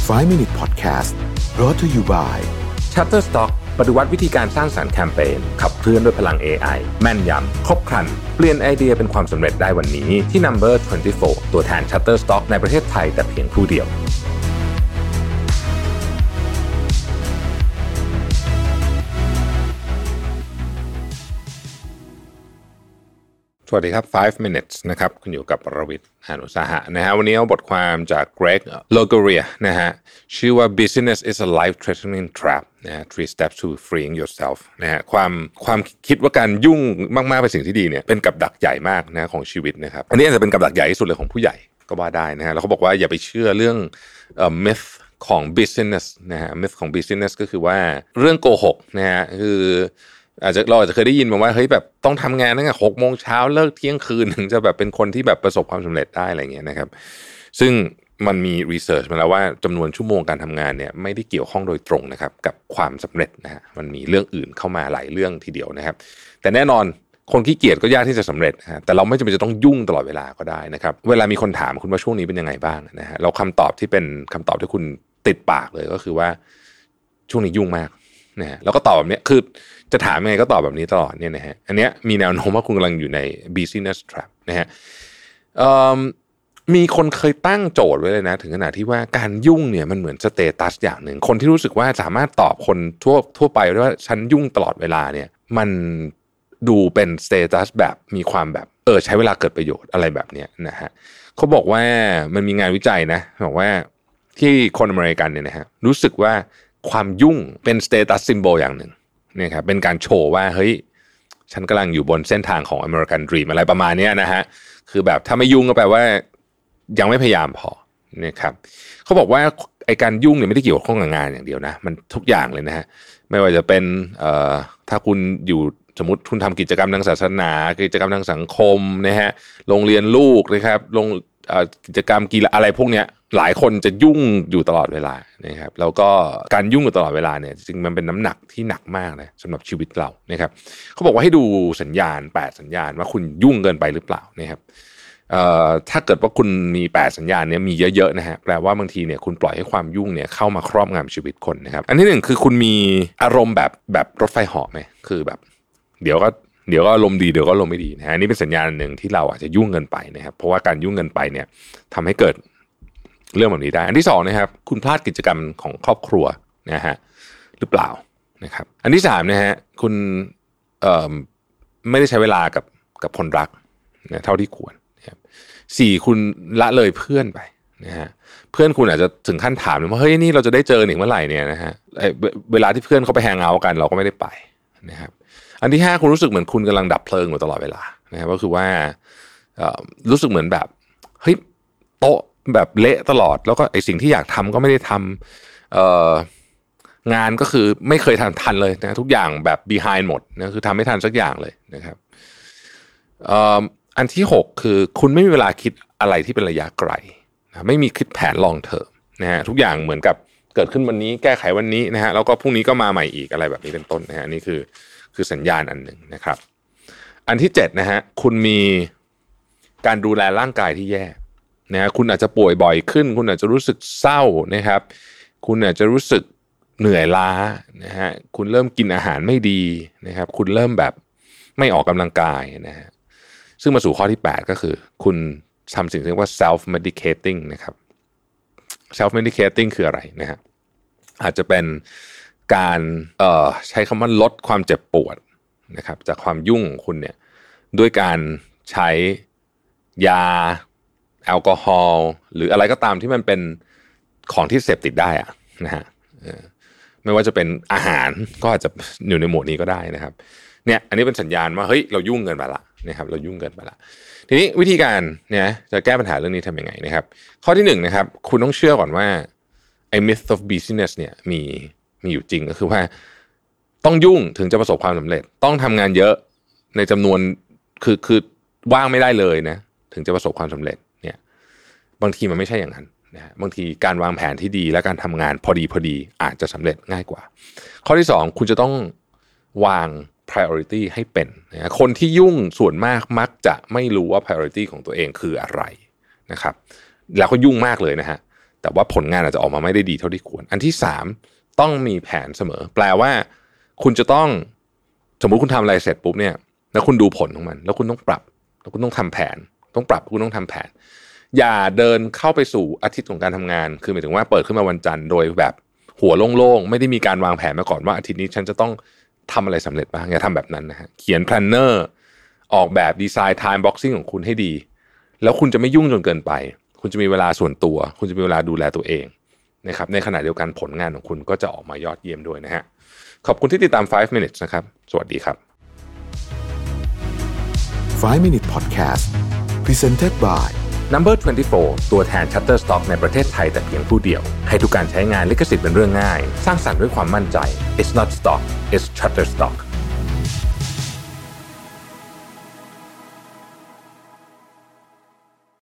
5 Minute Podcast brought to you by Shutterstock ปฏิวัติวิธีการสร้างสรรค์แคมเปญขับเคลื่อนด้วยพลัง AI แม่นยำครบครันเปลี่ยนไอเดียเป็นความสำเร็จได้วันนี้ที่ Number 24 ตัวแทน Shutterstock ในประเทศไทยแต่เพียงผู้เดียวสวัสดีครับ5 minutes นะครับคุณอยู่กับรวิทย์ หาญอุตสาหะนะฮะวันนี้เอาบทความจาก Greg Logoria นะฮะชื่อว่า Business is a life-threatening trap นะฮะ 3 steps to freeing yourself นะฮะความคิดว่าการยุ่งมากๆเป็นสิ่งที่ดีเนี่ยเป็นกับดักใหญ่มากนะของชีวิตนะครับอันนี้อาจจะเป็นกับดักใหญ่ที่สุดเลยของผู้ใหญ่ก็ว่าได้นะฮะแล้วเขาบอกว่าอย่าไปเชื่อเรื่องmyth ของ business นะฮะ myth ของ business ก็คือว่าเรื่องโกหกนะฮะคือเราอาจจะเคยได้ยินมาว่าเฮ้ยแบบต้องทำงานตั้งแต่6 โมงเช้าเลิกเที่ยงคืนถึงจะแบบเป็นคนที่แบบประสบความสำเร็จได้อะไรเงี้ยนะครับซึ่งมันมีรีเสิร์ชมาแล้วว่าจำนวนชั่วโมงการทำงานเนี่ยไม่ได้เกี่ยวข้องโดยตรงนะครับกับความสำเร็จนะฮะมันมีเรื่องอื่นเข้ามาหลายเรื่องทีเดียวนะครับแต่แน่นอนคนขี้เกียจก็ยากที่จะสำเร็จนะฮะแต่เราไม่จำเป็นจะต้องยุ่งตลอดเวลาก็ได้นะครับเวลามีคนถามคุณว่าช่วงนี้เป็นยังไงบ้างนะฮะเราคำตอบที่เป็นคำตอบที่คุณติดปากเลยก็คือว่าช่วงนี้ยุ่งมากนะฮะแล้วก็ตอบแบบนี้คือจะถามยังไงก็ตอบแบบนี้ตลอดเนี่ยนะฮะอันเนี้ยมีแนวโน้มว่าคุณกำลังอยู่ใน business trap นะฮะมีคนเคยตั้งโจทย์ไว้เลยนะถึงขนาดที่ว่าการยุ่งเนี่ยมันเหมือนสเตตัสอย่างหนึ่งคนที่รู้สึกว่าสามารถตอบคนทั่วไปว่าฉันยุ่งตลอดเวลาเนี่ยมันดูเป็นสเตตัสแบบมีความแบบใช้เวลาเกิดประโยชน์อะไรแบบเนี้ยนะฮะเขาบอกว่ามันมีงานวิจัยนะบอกว่าที่คนอเมริกันเนี่ยนะฮะรู้สึกว่าความยุ่งเป็นสเตตัสซิมโบลอย่างหนึ่งเนี่ยครับเป็นการโชว์ว่าเฮ้ยฉันกำลังอยู่บนเส้นทางของ American Dream อะไรประมาณนี้นะฮะคือแบบถ้าไม่ยุ่งก็แปลว่ายังไม่พยายามพอนะครับเขาบอกว่าไอ้การยุ่งเนี่ยไม่ได้เกี่ยวข้องกับงานอย่างเดียวนะมันทุกอย่างเลยนะฮะไม่ว่าจะเป็นถ้าคุณอยู่สมมติคุณทำกิจกรรมทางศาสนากิจกรรมทางสังคมนะฮะโรงเรียนลูกนะครับกิจกรรมกีฬาอะไรพวกเนี้ยหลายคนจะยุ่งอยู่ตลอดเวลานะครับแล้วก็การยุ่งอยู่ตลอดเวลาเนี่ยจริงๆมันเป็นน้ำหนักที่หนักมากนะสำหรับชีวิตเรานะครับเขาบอกว่าให้ดูสัญญาณ8สัญญาณว่าคุณยุ่งเกินไปหรือเปล่านะครับถ้าเกิดว่าคุณมี8สัญญาณเนี่ยมีเยอะๆนะฮะแปลว่าบางทีเนี่ยคุณปล่อยให้ความยุ่งเนี่ยเข้ามาครอบงำชีวิตคนนะครับอันที่1คือคุณมีอารมณ์แบบรถไฟเหาะไหมคือแบบเดี๋ยวก็ลมณ์ดีเดี๋ยวก็ลมณ์ไม่ดีนะฮะนี่เป็นสัญญาณหนึ่งที่เราอาจจะยุ่งเกินไปนะครับเพราะว่าการยุ่งเกินไปเนี่ยทำให้เกิดเรื่องแบบนี้ได้อันที่2นะครับคุณพลาดกิจกรรมของครอบครัวนะฮะหรือเปล่านะครับอันที่3นะฮะคุณไม่ได้ใช้เวลากับคนรักนะเท่าที่ควรนะครับ4คุณละเลยเพื่อนไปนะฮะเพื่อนคุณอาจจะถึงขั้นถามเลยว่าเฮ้ยนี่เราจะได้เจอหนิเมื่อไหร่เนี่ยนะฮะเวลาที่เพื่อนเขาไปแฮงเอาท์กันเราก็ไม่ได้ไปนะครับอันที่5คุณรู้สึกเหมือนคุณกำลังดับเพลิงอยู่ตลอดเวลานะครับก็คือว่ารู้สึกเหมือนแบบเฮ้ยโต๊ะแบบเละตลอดแล้วก็ไอสิ่งที่อยากทำก็ไม่ได้ทำงานก็คือไม่เคยทันเลยนะทุกอย่างแบบ behind หมดนะคือทำไม่ทันสักอย่างเลยนะครับอันที่6คือคุณไม่มีเวลาคิดอะไรที่เป็นระยะไกลนะไม่มีคิดแผน long term นะฮะทุกอย่างเหมือนกับเกิดขึ้นวันนี้แก้ไขวันนี้นะฮะแล้วก็พรุ่งนี้ก็มาใหม่อีกอะไรแบบนี้เป็นต้นนะฮะนี่คือสัญญาณอันหนึ่งนะครับอันที่7นะฮะคุณมีการดูแลร่างกายที่แย่นะฮะคุณอาจจะป่วยบ่อยขึ้นคุณอาจจะรู้สึกเศร้านะครับคุณอาจจะรู้สึกเหนื่อยล้านะฮะคุณเริ่มกินอาหารไม่ดีนะครับคุณเริ่มแบบไม่ออกกำลังกายนะฮะซึ่งมาสู่ข้อที่8ก็คือคุณทำสิ่งที่เรียกว่า self medicating นะครับ self medicating คืออะไรนะฮะอาจจะเป็นการใช้คำว่าลดความเจ็บปวดนะครับจากความยุ่งของคุณเนี่ยด้วยการใช้ยาแอลกอฮอล์หรืออะไรก็ตามที่มันเป็นของที่เสพติดได้อะนะฮะไม่ว่าจะเป็นอาหารก็อาจจะอยู่ในหมวดนี้ก็ได้นะครับเนี่ยอันนี้เป็นสัญญาณว่าเฮ้ยเรายุ่งเกินไปละนะครับเรายุ่งเกินไปละทีนี้วิธีการเนี่ยจะแก้ปัญหาเรื่องนี้ทำยังไงนะครับข้อที่1นะครับคุณต้องเชื่อก่อนว่าไอ้ myth of business เนี่ยมีอยู่จริงก็คือว่าต้องยุ่งถึงจะประสบความสำเร็จต้องทำงานเยอะในจำนวนคือว่างไม่ได้เลยนะถึงจะประสบความสำเร็จเนี่ยบางทีมันไม่ใช่อย่างนั้นนะบางทีการวางแผนที่ดีและการทำงานพอดีอาจจะสำเร็จง่ายกว่าข้อที่2คุณจะต้องวาง priority ให้เป็นนะคนที่ยุ่งส่วนมากมักจะไม่รู้ว่า priority ของตัวเองคืออะไรนะครับแล้วก็ยุ่งมากเลยนะฮะแต่ว่าผลงานอาจจะออกมาไม่ได้ดีเท่าที่ควรอันที่3ต้องมีแผนเสมอแปลว่าคุณจะต้องสมมุติคุณทำอะไรเสร็จปุ๊บเนี่ยแล้วคุณดูผลของมันแล้วคุณต้องปรับแล้วคุณต้องทำแผนต้องปรับคุณต้องทำแผนอย่าเดินเข้าไปสู่อาทิตย์ของการทำงานคือหมายถึงว่าเปิดขึ้นมาวันจันทร์โดยแบบหัวโล่งๆไม่ได้มีการวางแผนมาก่อนว่าอาทิตย์นี้ฉันจะต้องทำอะไรสำเร็จบ้างอย่าทำแบบนั้นนะฮะเขียนแพลนเนอร์ออกแบบดีไซน์ไทม์บ็อกซิ่งของคุณให้ดีแล้วคุณจะไม่ยุ่งจนเกินไปคุณจะมีเวลาส่วนตัวคุณจะมีเวลาดูแลตัวเองนะครับในขณะเดียวกันผลงานของคุณก็จะออกมายอดเยี่ยมด้วยนะฮะขอบคุณที่ติดตาม5 minutes นะครับสวัสดีครับ 5 Minute Podcast Presented by Number 24 ตัวแทน Shutterstock ในประเทศไทยแต่เพียงผู้เดียวให้ทุกการใช้งานลิขสิทธิ์เป็นเรื่องง่ายสร้างสรรค์ด้วยความมั่นใจ It's not stock, it's Shutterstock